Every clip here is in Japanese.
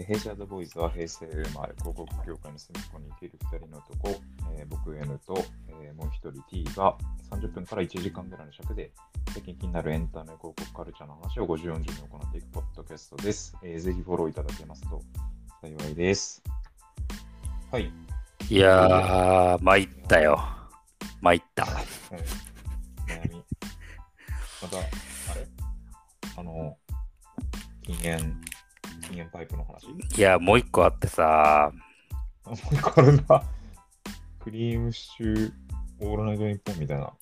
弊社ザボーイズは平成生まれ広告業界の隅っこに生きる2人の男、僕 N と、もう一人 T が30分から1時間ぐらいの尺で最近気になるエンタメ広告カルチャーの話を50、40に行っていくポッドキャストです。ぜひフォローいただけますと幸いです。はい。 いやー、参ったよ。参った。 悩み。また、禁煙パイプの話。 いや、もう一個あってさ。 もう一個あるんだ。クリームシチューオールナイトニッポンみたいな。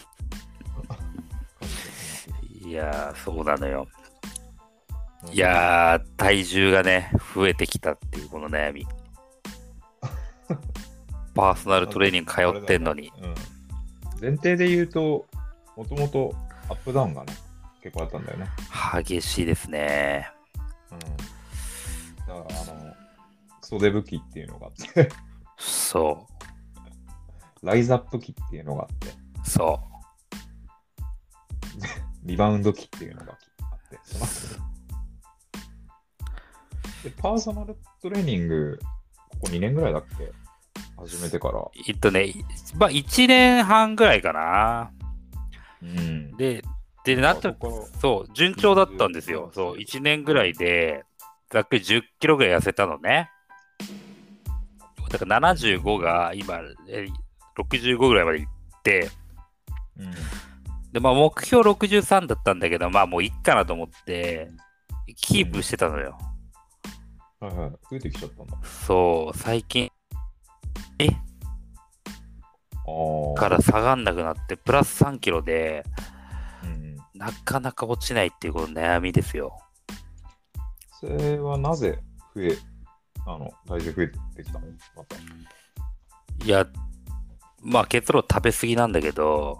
いやー、そうなのよ。いやー、体重がね、増えてきたっていうこの悩み。パーソナルトレーニング通ってんのに。 前提で言うと、もともとアップダウンがね、結構あったんだよね。 激しいですね。 だから袖拭きっていうのがあってそう。 ライズアップ期っていうのがあって。 そう。 リバウンド期っていうのがあって。でパーソナルトレーニング、ここ2年ぐらいだっけ始めてから。 まあ1年半ぐらいかな。で、そう、順調だったんですよ。そう、1年ぐらいで、ざっくり10キロぐらい痩せたのね。だから75が今、65ぐらいまでいって、で、まあ目標63だったんだけど、まあもういっかなと思って、キープしてたのよ。 はいはい、増えてきちゃったんだ。 そう、最近、から下がんなくなって、プラス3キロで、なかなか落ちないっていうこの悩みですよ。 それはなぜ体重増えてきたのまた。 いや、まあ結論食べ過ぎなんだけど、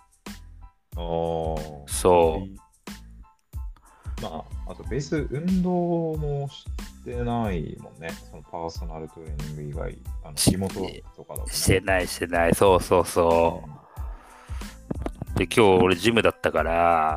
そう。 まあ、あとベース運動もしてないもんね。そのパーソナルトレーニング以外、仕事とかだと、ね。 してない。そうそうそう。で、今日俺ジムだったから、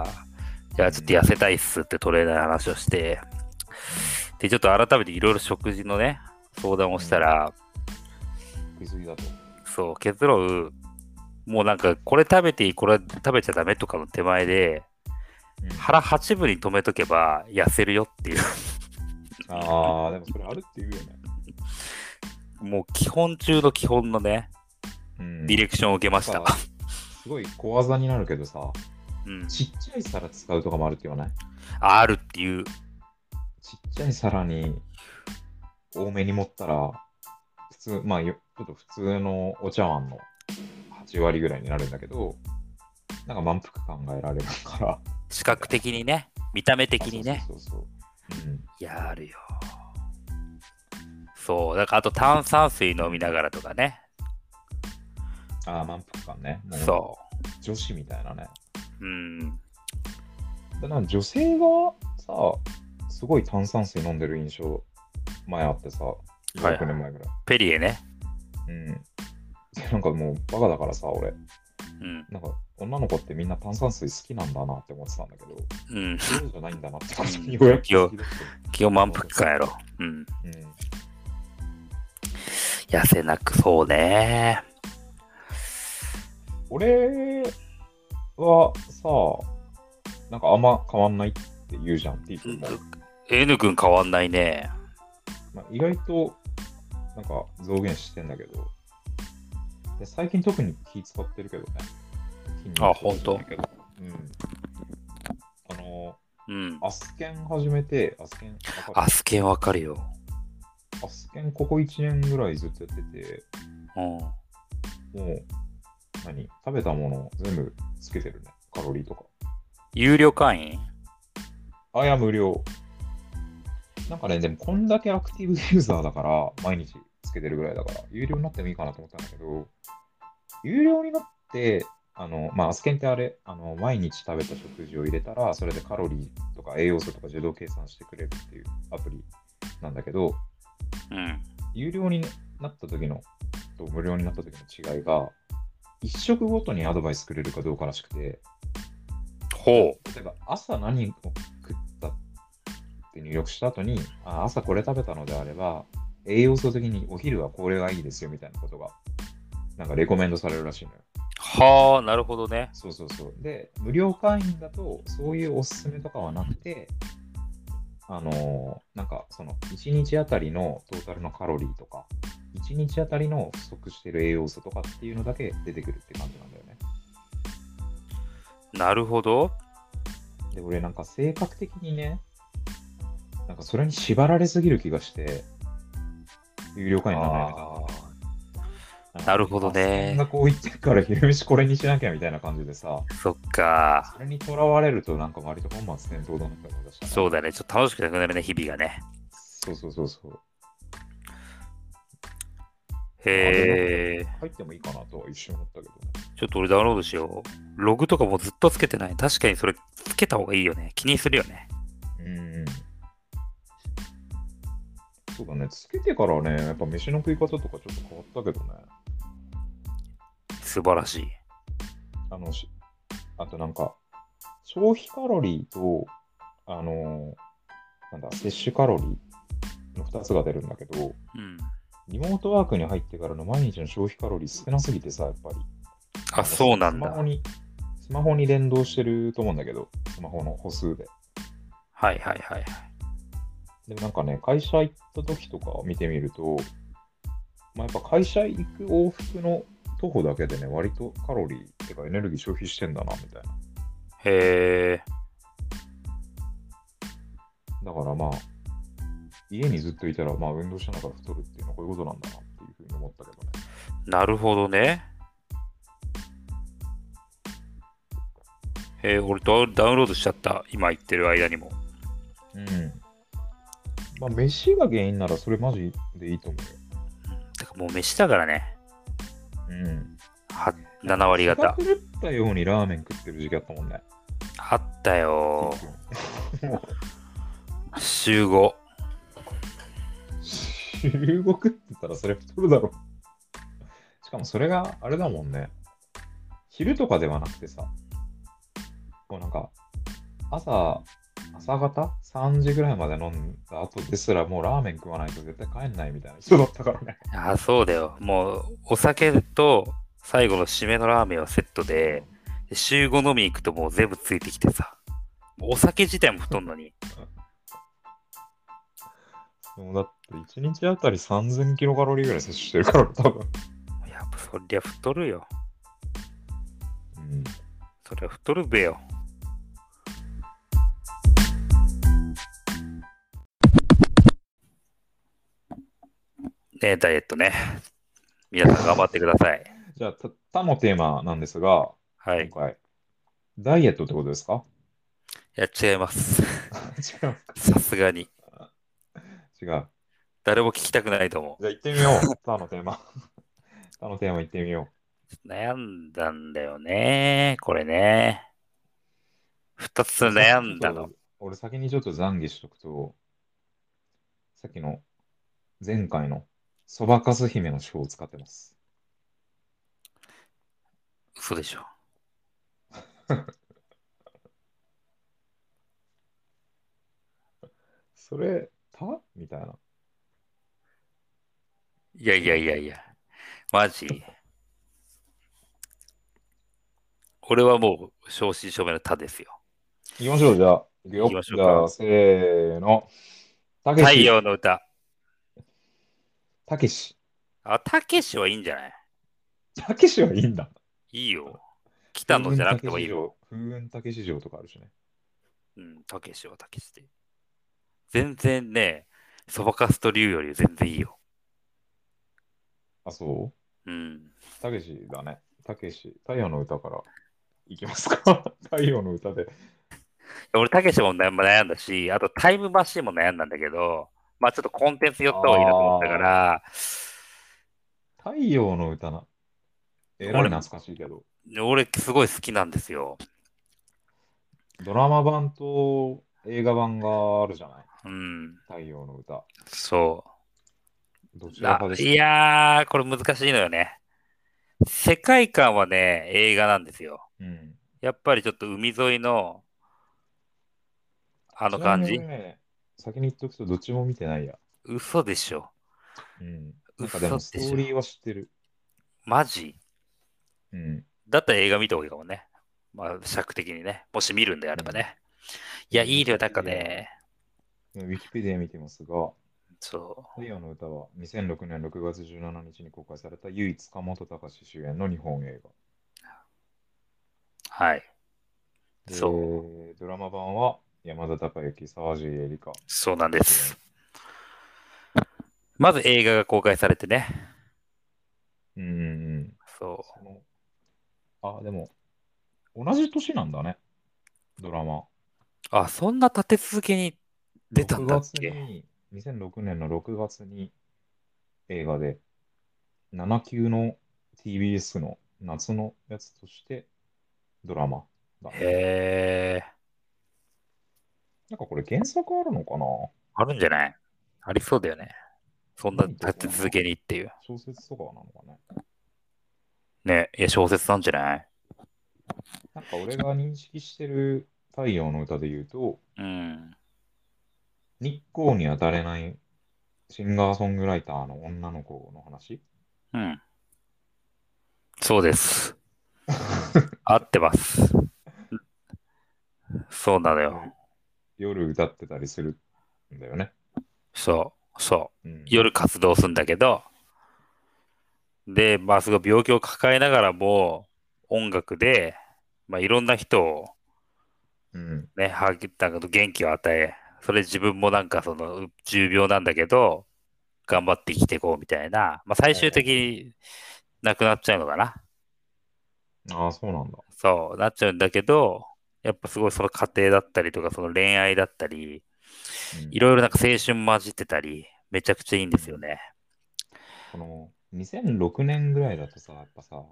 じゃあちょっと痩せたいっすってトレーナーの話をして、で、ちょっと改めていろいろ食事のね、相談をしたら、 食いすぎだと。 そう、結論、もうなんかこれ食べていい、これ食べちゃダメとかの手前で、腹8分に止めとけば痩せるよっていう。 ああ、でもそれあるっていうよね。 もう基本中の基本のね、ディレクションを受けました。 すごい小技になるけどさ、ちっちゃい皿使うとかもあるって言わない？ あるっていう。 ちっちゃい皿に多めに盛ったら、ちょっと普通のお茶碗の8割ぐらいになるんだけど、なんか満腹考えられるから。 視覚的にね、見た目的にね。いや、あるよ。そう、だからあと炭酸水飲みながらとかね。 満腹感ね。 そう。 女子みたいなね。だから女性がさ、すごい炭酸水飲んでる印象前あってさ、6年前ぐらい。 ペリエね。 なんかもうバカだからさ、俺。なんか女の子ってみんな炭酸水好きなんだなって思ってたんだけど、そうじゃないんだなって感じにようやく気づきだして。 気を満腹感やろ。痩せなくそうね。 俺はさ、なんかあんま変わんないって言うじゃん、T 君も。 N 君変わんないね。 意外となんか増減してんだけど、で最近特に気使ってるけどね。 本当？ アスケン始めて、 アスケンわかるよ。 アスケンここ1年ぐらいずっとやってて、もう、食べたもの全部つけてるね。カロリーとか。 有料会員？ いや、無料。なんかね、でもこんだけアクティブユーザーだから、毎日つけてるぐらいだから、有料になってもいいかなと思ったんだけど、有料になって、アスケンってあれ、毎日食べた食事を入れたら、それでカロリーとか栄養素とか自動計算してくれるっていうアプリなんだけど、有料になった時のと無料になった時の違いが、一食ごとにアドバイスくれるかどうからしくて、例えば朝何を食ったっって入力した後に、朝これ食べたのであれば、栄養素的にお昼はこれがいいですよみたいなことが、なんかレコメンドされるらしいのよ。 はあ、なるほどね。 そうそうそう。で、無料会員だと、そういうおすすめとかはなくて、なんかその1日あたりのトータルのカロリーとか、1日あたりの不足してる栄養素とかっていうのだけ出てくるって感じなんだよね。 なるほど。 で、俺なんか性格的にね、なんかそれに縛られすぎる気がして、有料会員にならないのかな。 なるほどね。 がこう言ってるから昼飯これにしなきゃみたいな感じでさ、 そっか。 それにとらわれるとなんか割と本末転倒だなって思いました、ね。 そうだね。ちょっと楽しくなくなるね、日々がね。 そうそうそうそう。 へえ。 入ってもいいかなとは一瞬思ったけどね。 ちょっと俺ダウンロードしよう。ログとかもずっとつけてない。確かにそれつけた方がいいよね。気にするよね。 そうだね。つけてからね、やっぱ飯の食い方とかちょっと変わったけどね。 素晴らしい。 あとなんか、消費カロリーと、なんだ、摂取カロリーの2つが出るんだけど、リモートワークに入ってからの毎日の消費カロリー少なすぎてさ、やっぱり。 あ、そうなんだ。 スマホに連動してると思うんだけど、スマホの歩数で。 はいはいはいはい。 でもなんかね、会社行った時とか見てみると、やっぱ会社行く往復の徒歩だけでね、割とカロリーってかエネルギー消費してんだな、みたいな。 へえ。 だからまあ、家にずっといたら、運動しながら太るっていうのはこういうことなんだなっていうふうに思ったけどね。 なるほどね。俺ダウンロードしちゃった。今言ってる間にも。 飯が原因ならそれマジでいいと思うよ。 てかもう飯だからね。7割方。 気が狂ったようにラーメン食ってる時期あったもんね。 あったよ。週5。 週5食ってたらそれ太るだろ。しかもそれがあれだもんね。昼とかではなくてさ、もうなんか、朝方3時ぐらいまで飲んだ後ですらもうラーメン食わないと絶対帰んないみたいな人だったからね。 そうだよ。もうお酒と最後の締めのラーメンはセットで、週5飲み行くともう全部ついてきてさ。お酒自体も太んのに。 もうだって1日あたり3000キロカロリーぐらい摂取してるから多分。 やっぱそりゃ太るよ。そりゃ太るべよ。ね、ダイエットね。皆さん頑張ってください。 じゃあ、他のテーマなんですが、 はい。 今回、ダイエットってことですか？ いや、違います。 違うか。 さすがに。 違う。 誰も聞きたくないと思う。 じゃあ行ってみよう。他のテーマ。他のテーマ行ってみよう。悩んだんだよね。これね。2つ悩んだの。 俺先にちょっと懺悔しとくと、さっきの前回のそばかす姫の書を使ってます。 嘘でしょ。 それ、みたいな。 いやいやいやいや。マジ。俺はもう正真正銘の他ですよ。 行きましょう、じゃあ。行くよ。 行きましょうか。 じゃあ、せーの。 太陽の歌。 たけし。 たけしはいいんじゃない？ たけしはいいんだ。 いいよ。北野じゃなくてもいいよ。 風雲たけし城とかあるしね。 たけしはたけしで。全然ね、そばかすと竜より全然いいよ。 あ、そうたけしだね。たけし。太陽の歌からいきますか？太陽の歌で。 俺、たけしも悩んだし、あとタイムマシーンも悩んだんだけど、ちょっとコンテンツ寄った方がいいなと思ったから、 太陽の歌な。えらい懐かしいけど。 俺、すごい好きなんですよ。 ドラマ版と映画版があるじゃない。太陽の歌。 そう。 どちら派ですか？ いやー、これ難しいのよね。世界観はね、映画なんですよ。やっぱりちょっと海沿いの、あの感じ。 先に言っとくとどっちも見てないや。 嘘でしょ。 うん。なんかでもスト嘘でしょ。 ーリーは知ってる。 マジうん。 だったら映画見た方がいいかもね。まあ、尺的にね。もし見るんであうん。 ればね。いや、いいウィのよ、なんキペディア、 かね。 ウィキペディア見てますが、 そ太陽の歌は2006年6月17日に公開された唯一塚本隆主演の日本映画。 う。はい。そう。 で、ドラマ版は山田孝之、沢尻エリカそうなんで主演。 す。まず映画が公開されてね。 うんうんうん。 そその、でも、同じ年なんだね、ドラマ。 う。あ、そんな立て続けに出たん 6 だっけ？ 月に、2006年の6月に映画で、7級の TBS の夏のやつとしてドラマだね。 へえ。 なんかこれ原作あるのかな？ あるんじゃない？ありそうだよね。そんなないと立て続けにっていう。 小説とかなのかね。 ね。いや、小説なんじゃない？ なんか俺が認識してる太陽の歌で言うと、 うん。 日光に当たれないシンガーソングライターの女の子の話。 うん。そうです。合ってます。そうなのよ。 で夜歌ってたりするんだよね。 そう。そう。 うん。 夜活動するんだけど、で、まあ、すごい病気を抱えながらも、音楽で、まあ、いろんな人をうん。 ね、なんか元気を与え、それ自分もなんかその、重病なんだけど、頑張って生きていこうみたいな、まあ、最終的に亡くなっちゃうのかな。 ああ、そうなんだ。 そう、なっちゃうんだけど、やっぱすごいその家庭だったりとか、その恋愛だったり、 うん。 いろいろなんか青春混じってたり、めちゃくちゃいいんでうん。 すよね。 この2006年ぐらいだとさ、やっぱさ、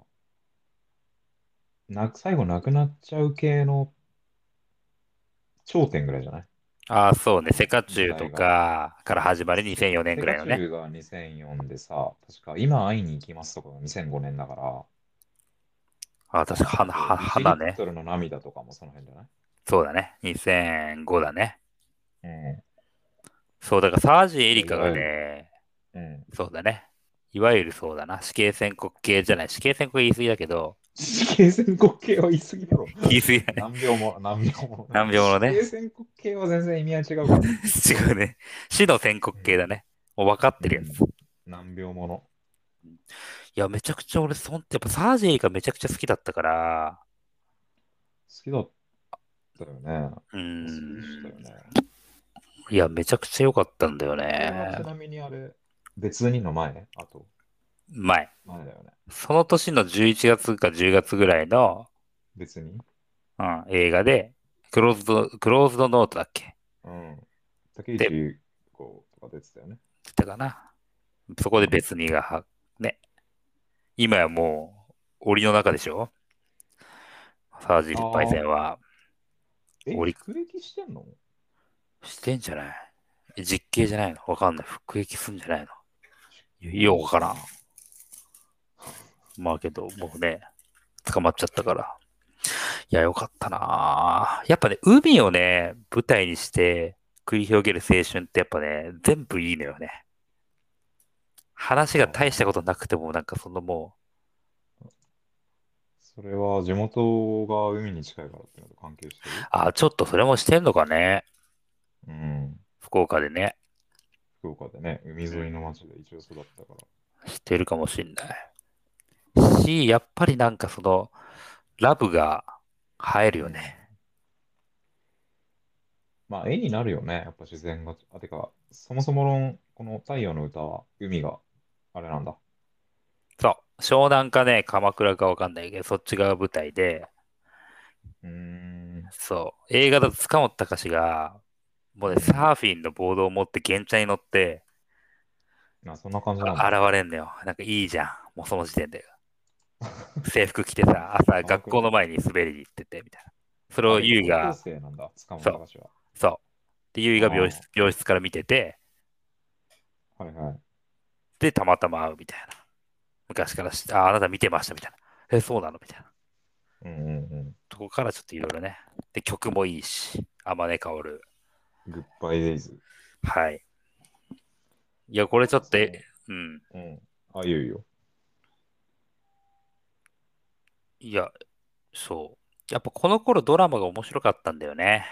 最後亡くなっちゃう系の頂点ぐらいじゃない？ ああ、そうね。セこのカチュウと時代が。 かから始まり2004年セカぐらいのね。 チュウが2004でさ、確か今会いに行きますとかが2005年だから、 ああ、確か、 あと1リッ花ね。 トルの涙とかもその辺じゃない？ そうだね。2005だね。 うん。 そう、だから沢地エリカがいわゆる、 ね、 うん。 そうだね。いわゆるそうだな。死刑宣告系じゃない。死刑宣告言い過ぎだけど、 死刑宣告系は言い過ぎだろ。 言い過ぎだね。 難病も。 難病の死刑ね。 宣告系は全然意味合い違うから。 違うね。死の宣告系だね。もう分かってるやつ。 うん。難病もの。 いや、めちゃくちゃ俺、やっぱサージェイがめちゃくちゃ好きだったから、 好きだったよね。 うー好きでしたよん。 ね。 いや、めちゃくちゃ良かったんだよこれはね。 ちなみにあれ、別にの前あと、 前。 前だよね。 その年の11月か10月ぐらいの、 別に。 うん、映画で、クローズドノートだっけ？ うん。竹で、 内子とか出てたよね。 言ったかな。そこでうん。 別にね。今やもう、檻の中でしょ？沢尻パイセああ、 ンは、檻服役してんの？ してんじゃない？実刑じゃないの？わかんない。服役すんじゃないの？ようわからん。 マジか。 まあけど、もうね、捕まっちゃったから。いや、よかったなぁ。やっぱね、海をね、舞台にして繰り広げる青春ってやっぱね、全部いいのよね。話が大したことなくても、なんかそのもそれは地元が海に近いからっていうのと関係してる？ う、ちょっとそれもしてんのかね。 うん。 福岡でね。 福岡でね、海うん。 沿いの町で一応育ったから。 してるかもしんない。やっぱりなんかその、ラブが映えるうん。 よね。 まあ、絵になるよね。やっぱ自然が。てか、そもそもの、この太陽の歌は、海が、あれなんだ。 そう。湘南かね、鎌倉かわかんないけど、そっち側舞台で、 うーん。 そう。映画だと塚本隆が、もうね、 うん。 サーフィンのボードを持って原チャに乗って、 そんな感じなんだ。 現れんのよ。なんかいいじゃん。もうその時点で。制服着てさ、朝学校鎌倉。 の前に滑りに行ってて、みたいな。それをてか高校ユイが、 生なんだ、塚本そう、 隆は。 そう。で、ユイがあ病室から見てて、 あ、はいはい。 で、たまたま会うみたいな。昔からあなた見てましたみたいな。そうなのみたいな。 うんうんうん。 そこからちょっといろいろね。で、曲もいいし、天音薫。 グッバイデイズ。 はい。いや、これちょっと、うん。 うん。あ、いよいよ。 いや、そう。やっぱこの頃ドラマが面白かったんだよね。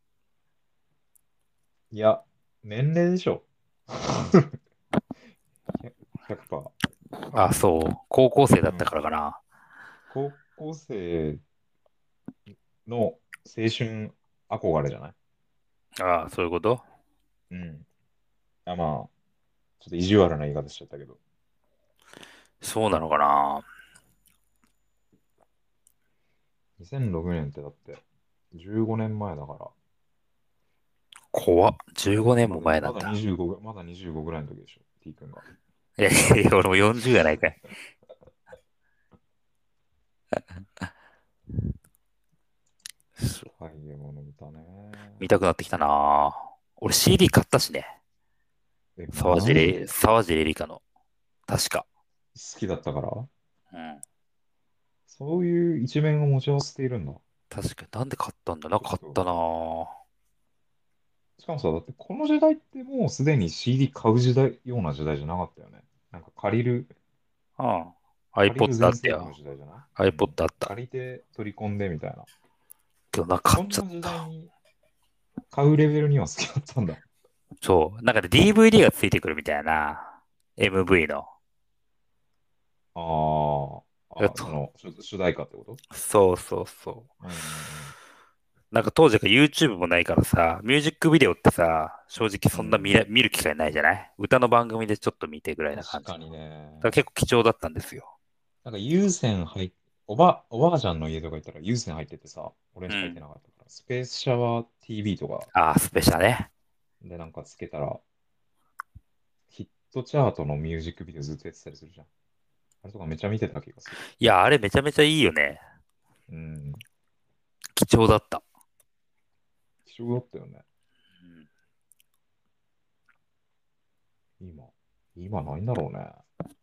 いや、年齢でしょ。100%。 あ、そう。高校生だったうん。 からかな。 高校生の青春憧れじゃない？ ああ、そういうこと。 うん。あ、まあ、ちょっと意地悪な言い方しちゃったけど。 そうなのかな。 2006年ってだって、15年前だから、 怖っ。15年も前なまだんだ。 25、まだ25ぐらいの時でしょ、T 君が。 いやいやいや、俺も40やないかい。そうはい、もの見たね。 見たくなってきたな。俺 CD 買ったしね。 え、マジで沢尻エリカの。確か。 好きだったから、 うん。 そういう一面を持ち合わせているんだ。 確かに。なんで買ったんだなちょっと、 かったな。 しかもさ、だってこの時代ってもうすでに CD 買う時代、ような時代じゃなかったよね。なんかうん。 借りる iPod あ全盛期のったよ。 時代じゃない？うん。 iPod あった。 借りて取り込んでみたいな。 けどな、買っちゃそんな時代った。 に買うレベルには好きだったんだ。 そう。なんかね、DVD がついてくるみたいな。MV の。 その主題歌ってこと？ そうそうそう。 うんうんなんか当時から YouTube もないからさ、ミュージックビデオってさ、正直うん。 そんな見る機会ないじゃない歌の番組でちょっと見てぐらいな感じの。だ確かにからね。 結構貴重だったんですよ。 なんか有線入っ、おばあちゃんの家とか行ったら有線入っててさ、俺んち入ってうん。 なかったから、スペースシャワー TV とかああ、スペシャね。 でなんかつけたら、ヒットチャートのミュージックビデオずっとやってたりするじゃん。あれとかめっちゃ見てた気がする。 いや、あれめちゃめちゃいいよね。 うん。 貴重だった。 貴重だったよね。 うん今。今ないんだろうね。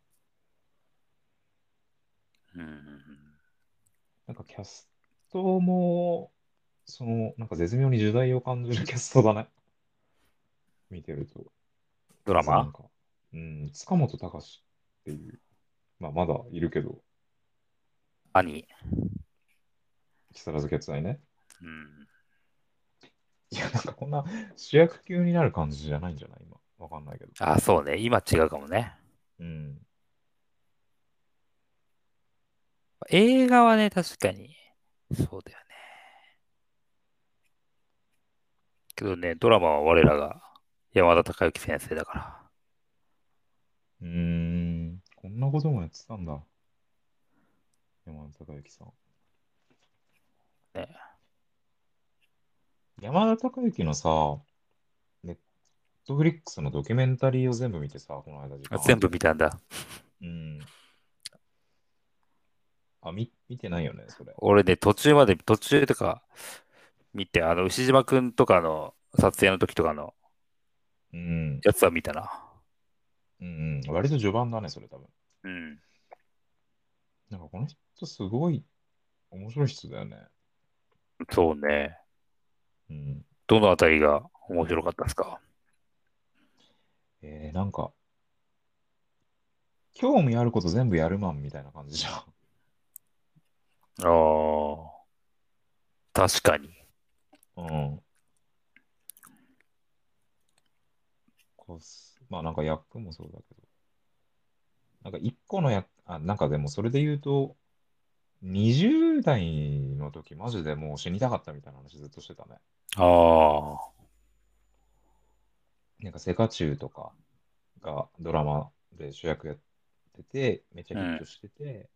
うんうんなんかキャストも、なんか絶妙に時代を感じるキャストだね。見てると。 ドラマまずなんか、うん、塚本隆っていう、まあまだいるけど、 兄。 木更津決済ね。 うん。 いや、なんかこんな主役級になる感じじゃないんじゃない今。わかんないけど。 あ、そうね。今違うかもね。 うん。 映画はね、確かに。そうだよね。けどね、ドラマは我らが山田孝之先生だかこんなこともやってたんだ。山田孝之さん。 ら。ね。 山田孝之のさ、ネットフリックスのドキュメンタリーを全部見てさ、この間時あ全間あって。 部見たんだ。 うん。見てないよね、それ。 俺ね、途中とか見て、牛島くんとかの撮影の時とかのうん。 やつは見たな。 うんうん。割と序盤だね、それ多分。 うん。 なんかこの人すごい面白い人だよね。 そうね。 うん。 どのあたりが面白かったですか？ なんか、興味あること全部やるマンみたいな感じじゃん。 ああ、確かに。 うん。まあなんか役もそうだけど。なんか一個のなんかでもそれで言うと、20代の時マジでもう死にたかったみたいな話ずっとしてたね。 ああ、 なんかセカチュウとかがドラマで主役やってて、めっちゃうん。 ヒットしてて、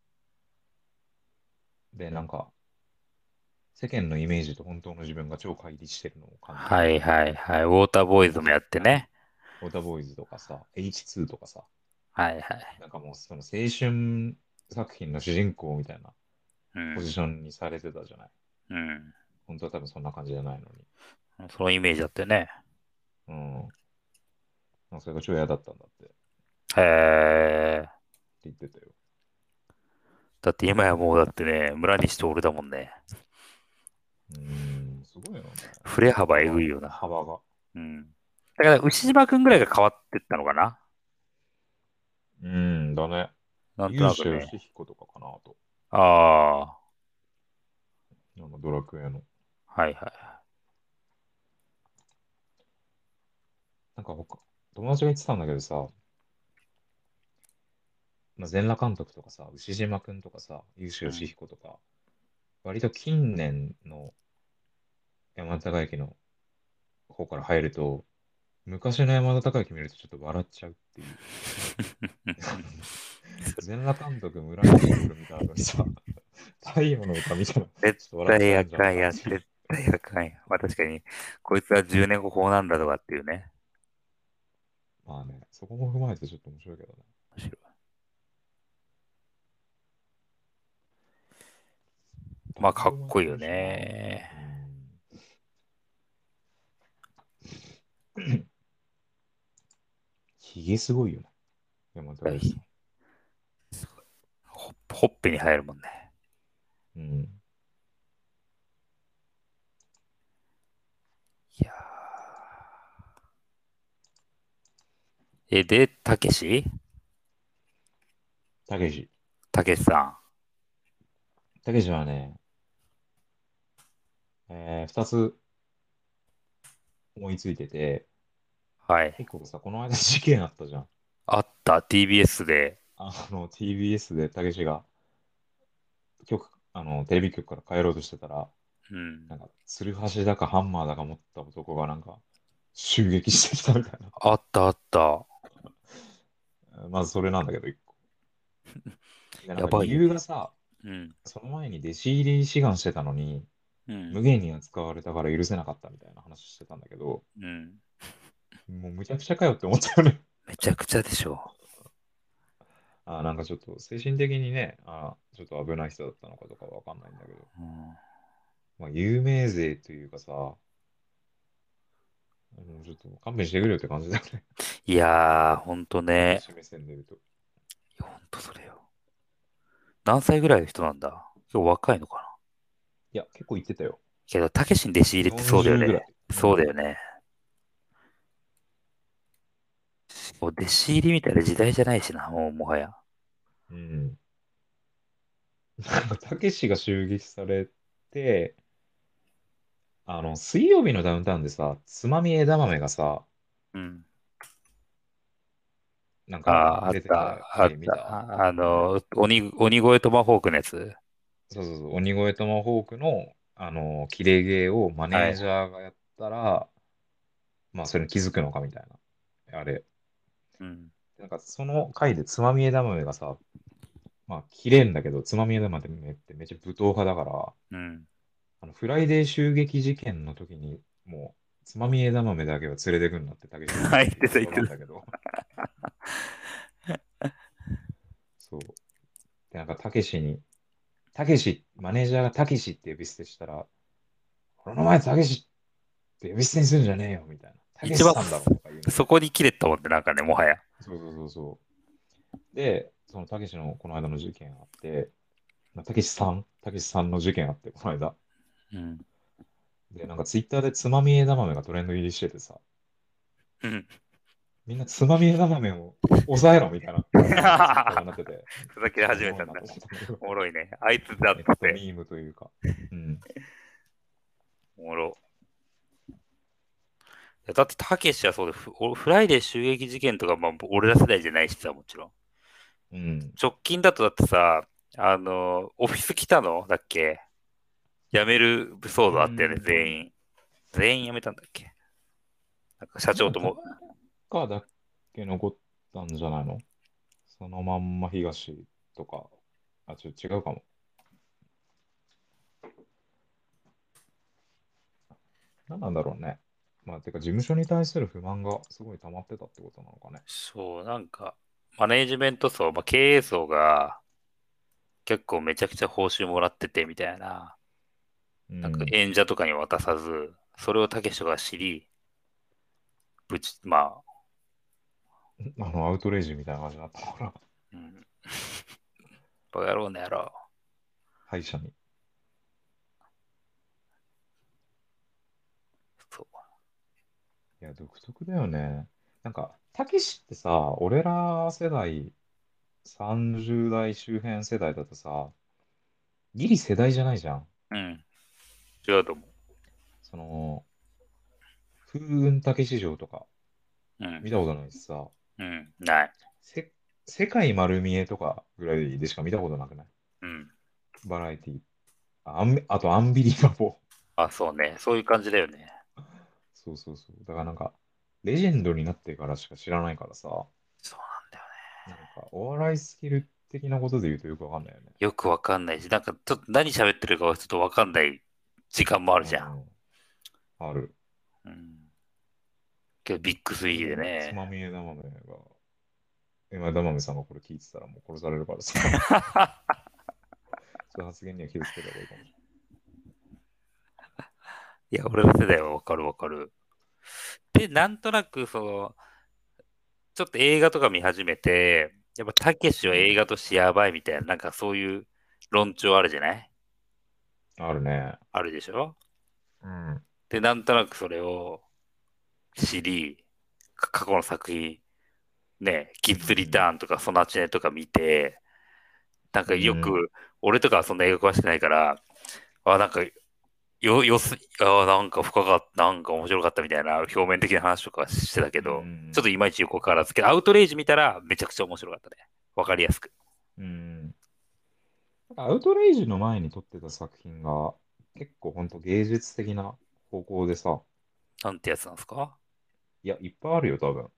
で、なんか世間のイメージと本当の自分が超乖離してるのを感じるはいみたいな。 はいはい。ウォーターボーイズもやってはい。 ね。 ウォーターボーイズとかさ、H2 とかさ、 はいはい。 なんかもうその青春作品の主人公みたいなうん。 ポジションにされてたじゃない。 うん。 本当は多分そんな感じじゃないのに。 そのイメージだってね。 うん。なんかそれが超嫌だったんだってへえ。 言ってたよ。 だって今やもうだってね、村西と俺だもんね。 すごいよね。 振れ幅えぐ幅、 いよな。 幅が。 ううん。だから、牛島くんぐらいが変わってったのかな。 うん、だね。 なんと勇なくね。 者ヨシヒコとかかなと。 ああ、はドラクエの。 いはい。 なんか僕、友達が言ってたんだけどさ、まあ、全裸監督とかさ、牛島くんとかさ、勇者ヨシうん。 ヒコとか、割と近年の山田孝之の方から入ると、昔の山田孝之見るとちょっと笑っちゃうっていう。全裸監督、村西徹見た後にさ、太陽の歌見たら、ちょ絶っと笑っち対ゃうんじゃないあかんやん。 かっていう。 絶対あかんやん。まあ確かに、こいつは10年後こうなんだとかっていうね。 まあね、そこも踏まえてちょっと面白いけどね。 面白い。まあか弾道もやっっこいいよてるしな。 ね。 うん。ひげすごいよね。山田孝之さほっぺに入るもんね。 ん。うん。 いやで、 たけし。 たけしさたけしはね、二つ思いついてて、 ん。はい。 結構さ、この間事件あったじゃん。 あった、TBS で。 TBS でたけしがテレビ局から帰ろうとしてたら、 うん。 なんか、ツルハシだかハンマーだか持った男がなんか、襲撃してきたみたいな。 あったあった。 まずそれなんだけど、一個。で、なんか理やばいよね。 由がさ、 うん。 その前に弟子入り志願してたのに、 うん。 無限に扱われたから許せなかったみたいな話してたんだけど、 うん。 もうむちゃくちゃかよって思ったよね。 めちゃくちゃでしょ。 なんかちょっと精神的にね、ちょっと危ない人だったのかとかわかんないんだけど、 うん、 まあ、有名税というかさ、もうちょっと勘弁してくれよって感じだよね。 いやー、ほんとね。 たけし目線で言うと。 いやほんとそれよ。何歳ぐらいの人なんだ。今日若いのかな。 いや、結構言ってたよ。 けど、たけしに弟子入りってそうだよ 40ぐらい。 ね。 うん。 そうだよね。もう弟子入りみたいな時代じゃないしな、もうもはや。 うん。なんか、たけしが襲撃されて、水曜日のダウンタウンでさ、つまみ枝豆がさ、 うん。 なんかあ出てたあっ回見た。 た。鬼越トマホークのやつ。 そうそうそう、鬼越トマホークの、切れ芸をマネーはい。 ジャーがやったら、まあ、それに気づくのかみたいな。あれ。 うん。 なんか、その回でつまみ枝豆がさ、まあ、切れんだけど、つまみ枝豆ってめっちゃ武闘派だから、 うん。 フライデー襲撃事件の時に、もう、つまみ枝豆だけは連れてくんなって、たけしが言っはい、 てた言ってた、言っのが一緒てた。 なんだけど、そう。で、なんか、たけし、マネージャーがたけしって呼び捨てしたら、この前たけしって呼び捨てにするんじゃねえよ、みたいな。たけ一番しさんだろ、とか言うの。 そこに切れたもんって、なんかね、もはや。 そうそうそうそう。で、そのたけしのこの間の事件あって、たけしさんの事件あって、この間。 うん。 で、なんかツイッターでつまみ枝豆がトレンド入りしててさ、 うん。 みんなつまみ枝豆を抑えろみたいな感じのツイッターがなってて、 ふざけちょっとおもろい始めたんだ。 なと思ったんだけど、 おもろいね。あいつだっつって。 ミームというか。うん。 おもろ。いやだって、たけしはそうで、フライデー襲撃事件とか、まあ、俺ら世代じゃないしさ、もちろん。 うん。 直近だとだってさ、オフィス来たのだっけ。辞める騒う動あったよね、 ん。 全員。全員辞めたんだっけ。なんか社なんか、田長とも、 中だけ残ったんじゃないの？そのまんま東とか、ちょっと違うかも。何なんだろうね。まあ、てか、事務所に対する不満がすごい溜まってたってことなのかね。 そう、なんか、マネージメント層、まあ、経営層が結構めちゃくちゃ報酬もらっててみたいな、なんかうん。 演者とかに渡さず、それをたけしが知り、まあ、 アウトレイジみたいな感じになったのかな。 うん、バカ野郎の野郎。 歯医者に。 そう。 いや、独特だよね。なんか、たけしってさ、俺ら世代、30代周辺世代だとさ、ギリ世代じゃないじゃん。 うん。違うと思その、風雲たけし城とか、 う。うん。 見たことないしさ、 うん。ない。 せ、世界丸見えとかぐらいでしか見たことなくない？ うん。 バラエティ。あと、アンビリバボー。 あ、そうね。そういう感じだよね。 そうそうそう。だからなんか、レジェンドになってからしか知らないからさ、 そうなんだよね。 なんか、お笑いスキル的なことで言うとよくわかんないよね。 よくわかんないし、なんかちょっと何喋ってるかはちょっとわかんない時間もあるじゃん。 うん、ある。 うん。けどビッグスリーでそれで、つね。 まみ枝豆が、枝豆さんがこれ聞いてたらもう殺されるからさ、そういう発言には気をつけた方がいいかもしいや、俺の世代はわかるわかる。で、なんとなく、ちょっと映画とか見始めて、やっぱたけしはれない。 映画としてやばいみたいな、なんかそういう論調あるじゃない？ うん。あるね。 あるでしょ？ うん。 で、なんとなくそれを知り、過去の作品、ね、キッズリターンとかソナチネとか見て、なんかうん。 よく、俺とかはそんな映画詳しくないから、なんか、なんか深かった、なんか面白かったみたいな表面的な話とかしてたけうど、ちょっとん。 いまいちよくわからずけど、アウトレイジ見たらめちゃくちゃ面白かったね。わかりやすく。 うん。アウトレイジの前に撮ってた作品が結構ほんと芸術的な方向でさ、 なんてやつなんですか？ いや、いっぱいあるよ、多分。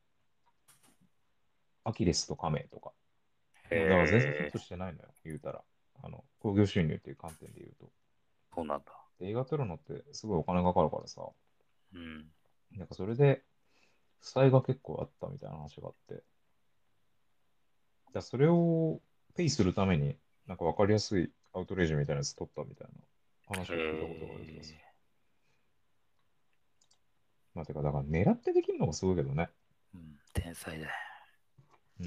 アキレスとカメとか。 へでもだから全然ヒットえ、 してないのよ、言うたら。興行収入っていう観点で言うと。 そうなんだ。 で映画撮るのってすごいお金かかるからさ、 うん。 なんかそれで、負債が結構あったみたいな話があって、じゃあそれをペイするために、なんかわかりやすいアウトレイジみたいなやつ撮ったみたいな話へを聞いたことがある気がする。 え、 まあ、てか、だから狙ってできるのがすごいけどね。 うん、天才だよ。 うん。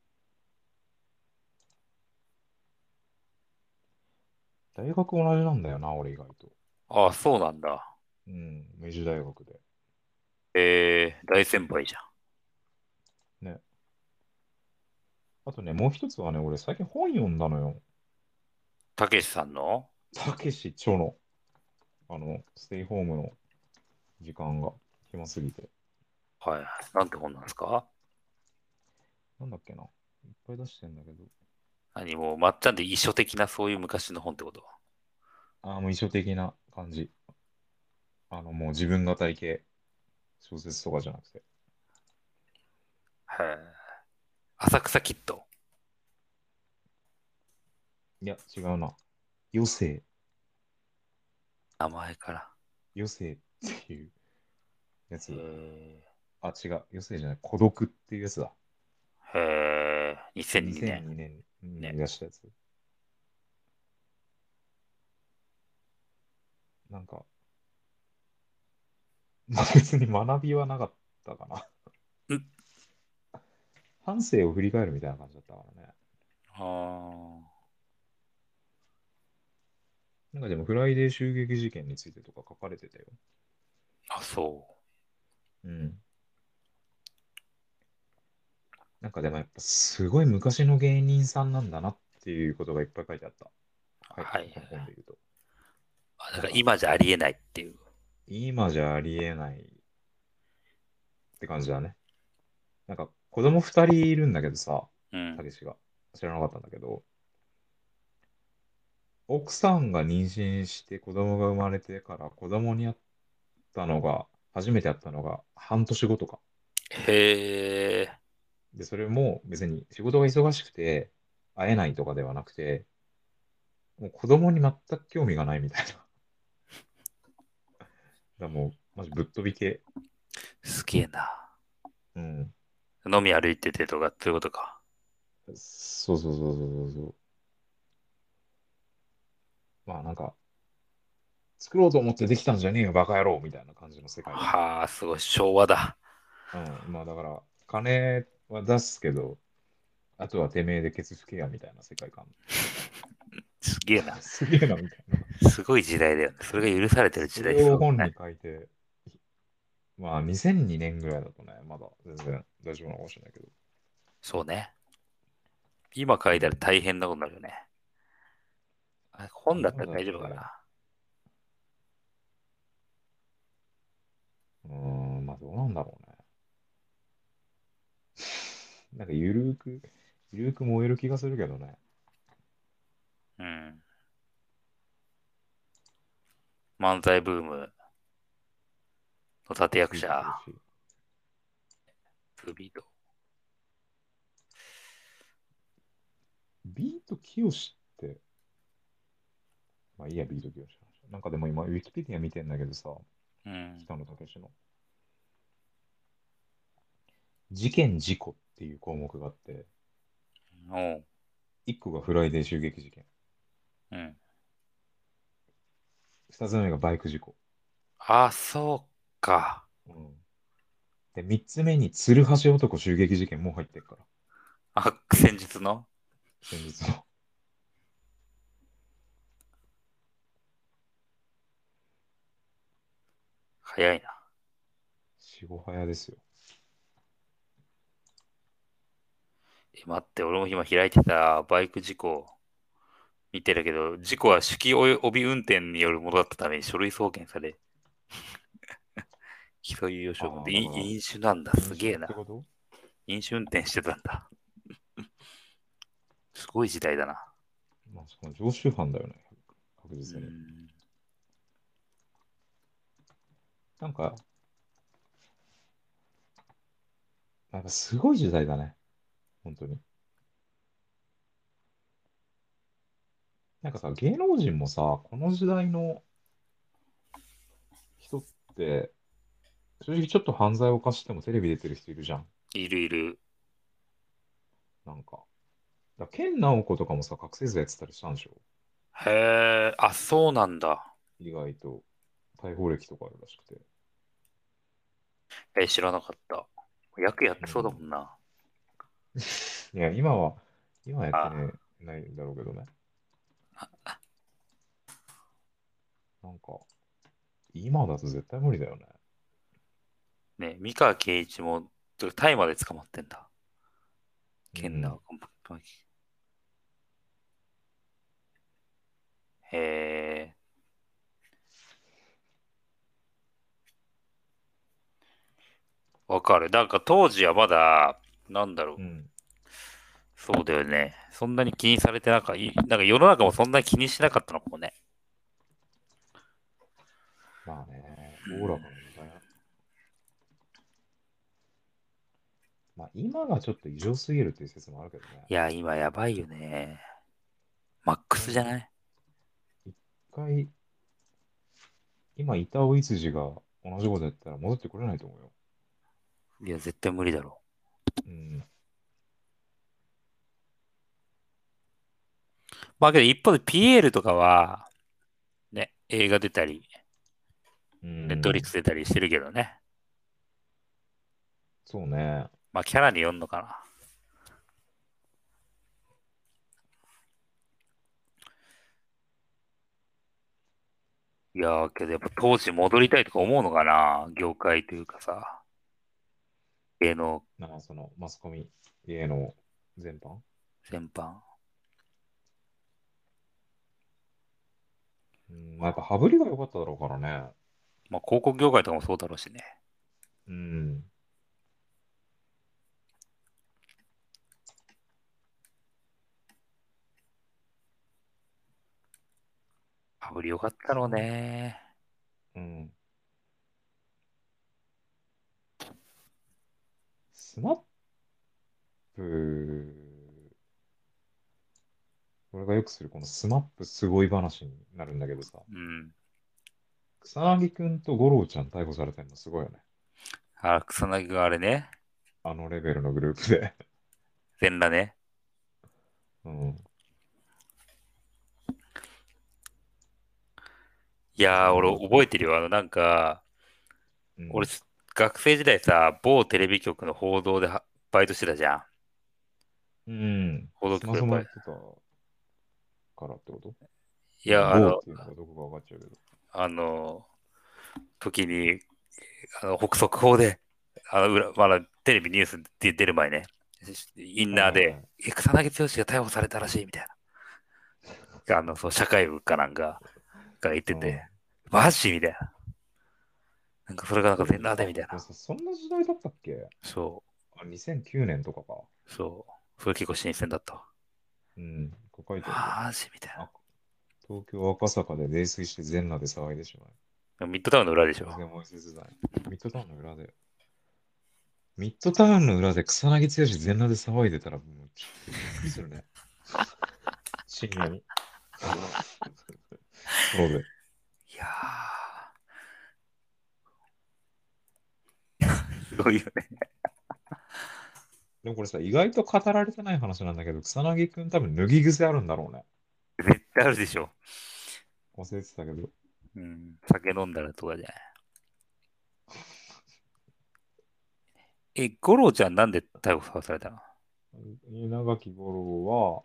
大学同じなんだよな、俺意外と。 ああ、そうなんだ。 うん、明治大学で。 大先輩じゃん。 ね。あとね、もう一つはね、俺最近本読んだのよ。 たけしさんの？ たけし著の、ステイホームの時間が暇すぎて。 はいはい。なんて本なんですか？ なんだっけな。いっぱい出してんだけど。 何もう、まっちゃんで遺書的なそういう昔の本ってこと？ もう遺書的な感じ。もう自分語り系小説とかじゃなくて。 へえ。浅草キッド。 いや、違うな。余生、 名前から。 余生っていうやつ。 へ違う。余生じゃない。孤独っていうやつだ。 え。へえ。2002年。 2002年にね。 出したやつ。なんか、まあ、別に学びはなかったかな。 ん半生を振り返るみたいな感じだったからね。 あなんかでも、フライデー襲撃事件についてとか書かれてたよ。 あ、そうん。なんかでもやっぱすごい昔の芸人さんなんだなっていうことがいっぱい書いてあった。 う。 はい、 はい。 この本で言うと。 だからなんか、 今じゃありえないっていう。 今じゃありえないって感じだね。なんか、子供二人いるんだけどさ、 うん。 たけしが。知らなかったんだけど、奥さんが妊娠して子供が生まれてから子供に会ったのが、初めて会ったのが半年後とか。 へえ。 で、それも別に仕事が忙しくて会えないとかではなくて、もう子供に全く興味がないみたいな。だからもう、マジぶっ飛び系。 すげえな。 うん。 飲み歩いててとか、そういうことか。 そうそうそうそうそう。まあなんか、作ろうと思ってできたんじゃねえよ、バカ野郎みたいな感じの世界観。 はあ、すごい昭和だ。 うん。まあだから、金は出すけど、あとはてめえでケツ拭けやみたいな世界観。 すげえな。 すげえなみたいな。 すごい時代だよね。それが許されてる時そ代れを本にすごくない？ 書いて、 まあ、2002年ぐらいだとね、まだ全然大丈夫なのかもしれないけど。 そうね。今書いたらうん。 大変なことになるよね。本だった今ら大丈夫かだって、 な。 まあどうなんだろうね。なんかゆるーく燃える気がするけどね。 うん。漫才ブームの立役ビート者、 たけし。 ツービート。 ビートきよしって、まあいいや、ビートきよしの話。なんかでも今、ウィキペディア見てんだけどさ、 うん。 北野武の。事件事故っていう項目があって、 おう。 1個がフライデー襲撃事件、 うん。 2つ目がバイク事故、 あ、そうか。 うん、で、3つ目に鶴橋男襲撃事件も入ってるから、 あ、先日の先日の。 早いな。 死後早ですよ。 待って、俺も今開いてたバイク事故見てるけど、事故は酒気帯び運転によるものだったために書類送検され、起訴猶予処分で、 ああ、だから、 飲酒なんだ。 飲酒すげえな。 ってこと？ 飲酒運転してたんだ。すごい時代だな。 まあ、しかも常習犯だよね、確う実に。 ん。 なんか、なんかすごい時代だね、本当に。なんかさ、芸能人もさ、この時代の人って、正直ちょっと犯罪を犯してもテレビ出てる人いるじゃん。 いるいる。 なんか。ケン・ナオコとかもさ、覚醒剤やってたりしたんでしょ？ へえ、あ、そうなんだ。 意外と。逮捕歴とかあるらしくて。 知らなかった。役やってそうだもうん。 んな。 いや、今やってあ、 ね、ないんだろうけどね。なんか、今だと絶対無理だよね。 ね、三河圭一も、タイまで捕まってんだ。剣な、 うん。 へえ、わかる。なんか当時はまだ、なんだろう。 うん。 そうだよね。そんなに気にされてなんか世の中もそんなに気にしなかったのかもね。 まあね、おおらうん。 かな時代な。まあ今がちょっと異常すぎるっていう説もあるけどね。 いや、今やばいよね。マック多分、 スじゃない？ 一回、今いたおいつじが同じことやったら戻ってこれないと思うよ。 いや、絶対無理だろうん。 う。まあけど一方でピエールとかは、ね、映画出たり、 うネットフリックん。 ス出たりしてるけどね。 そうね。 まあキャラによんのかな。いやー、けどやっぱ当時戻りたいとか思うのかな、業界というかさ、芸能なんかそのマスコミ、芸能全般。 全般。 うん、まあ、やっぱ羽振りが良かっただろうからね。 まあ広告業界とかもそうだろうしね。 うん。 羽振りよかったろうね。 うん。スマップ、俺がよくするこのスマップすごい話になるんだけどさ、 うん。 草薙くんと五郎ちゃん逮捕されてるのすごいよね。 あ、草薙があれね。 あのレベルのグループで。 全裸ね。 うん。 いやー、俺すごい。 覚えてるよ。なんか、俺、 うん。 学生時代さ、某テレビ局の報道でバイトしてたじゃん。 うん。 報道スマソもや局でってたからってこと？まあ、 いや、 某っていうのがどこか分かっちゃうけど。 あの、時に、 速報で、まだテレビニュースで出る前ね、インナーで、草薙剛が逮捕されたらしいみたいな。そう、社会部かなんかが言ってて、マジみたいな。なんかそれがなんか全裸でみたいな。 そんな時代だったっけ？ そう。 2009年とかか。 そう。それ結構新鮮だったわ。 うん。ここ書いてあるよ。 マジみたいな。 東京赤坂で泥酔して全裸で騒いでしまう。 ミッドタウンの裏でしょ。 ミッドタウンの裏で。ミッドタウンの裏で草薙剛全裸で騒いでたら、もう、びっくりするね。深夜に。そうで。 いやー。すごいよね。 でもこれさ、意外と語られてない話なんだけど、草薙くん多分脱ぎ癖あるんだろうね。 絶対あるでしょ。 忘れてたけど。 うん。酒飲んだらとかじゃない。五郎ちゃんなんで逮捕されたの？ 稲垣吾郎は、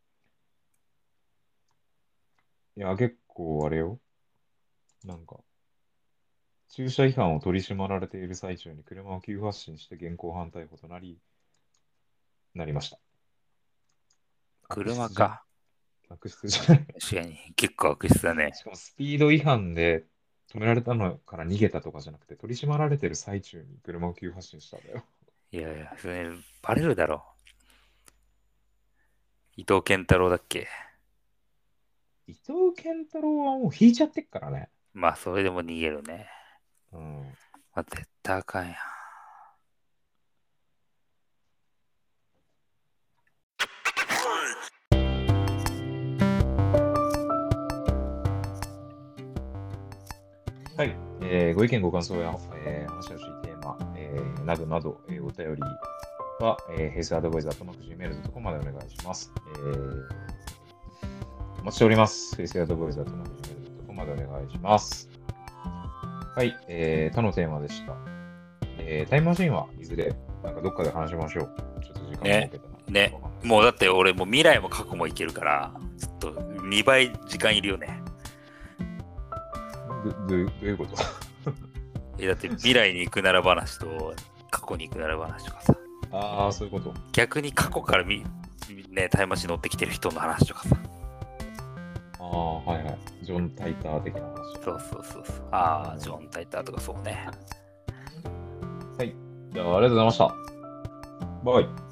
いや、結構あれよ。なんか、駐車違反を取り締まられている最中に車を急発進して現行犯逮捕となりました。 車か。 悪質じゃない。 確かに。結構悪質だね。 しかもスピード違反で止められたのから逃げたとかじゃなくて、取り締まられてる最中に車を急発進したんだよ。 いやいや、それバレるだろう。伊藤健太郎だっけ？ 伊藤健太郎はもう引いちゃってっからね。 まあ、それでも逃げるね。 うん。 まあ、絶対あかんやん。 はい。ご意見、ご感想や、話してほしいテーマ、などなど、お便りは、平成アドバイザーとまく gmail.com までお願いします。お待ちしております。平成アドバイザーとまく gmail.com までお願いします。はい。他のテーマでした。タイムマシンはいずれ、なんかどっかで話しましょう。ちょっと時間を設けてね。もうだって俺もう未来も過去もいけるから、ちょっと2倍時間いるよね。 どういうこと？ だって未来に行くなら話と過去に行くなら話とかさ。 ああ、そういうこと。 逆に過去からね、タイムマシン乗ってきてる人の話とかさ。 ああ、はいはい。ジョン・タイター的な話。 そう。ああ、ジョン・タイターとかそうね。 はい。じゃあ、ありがとうございました。バイ。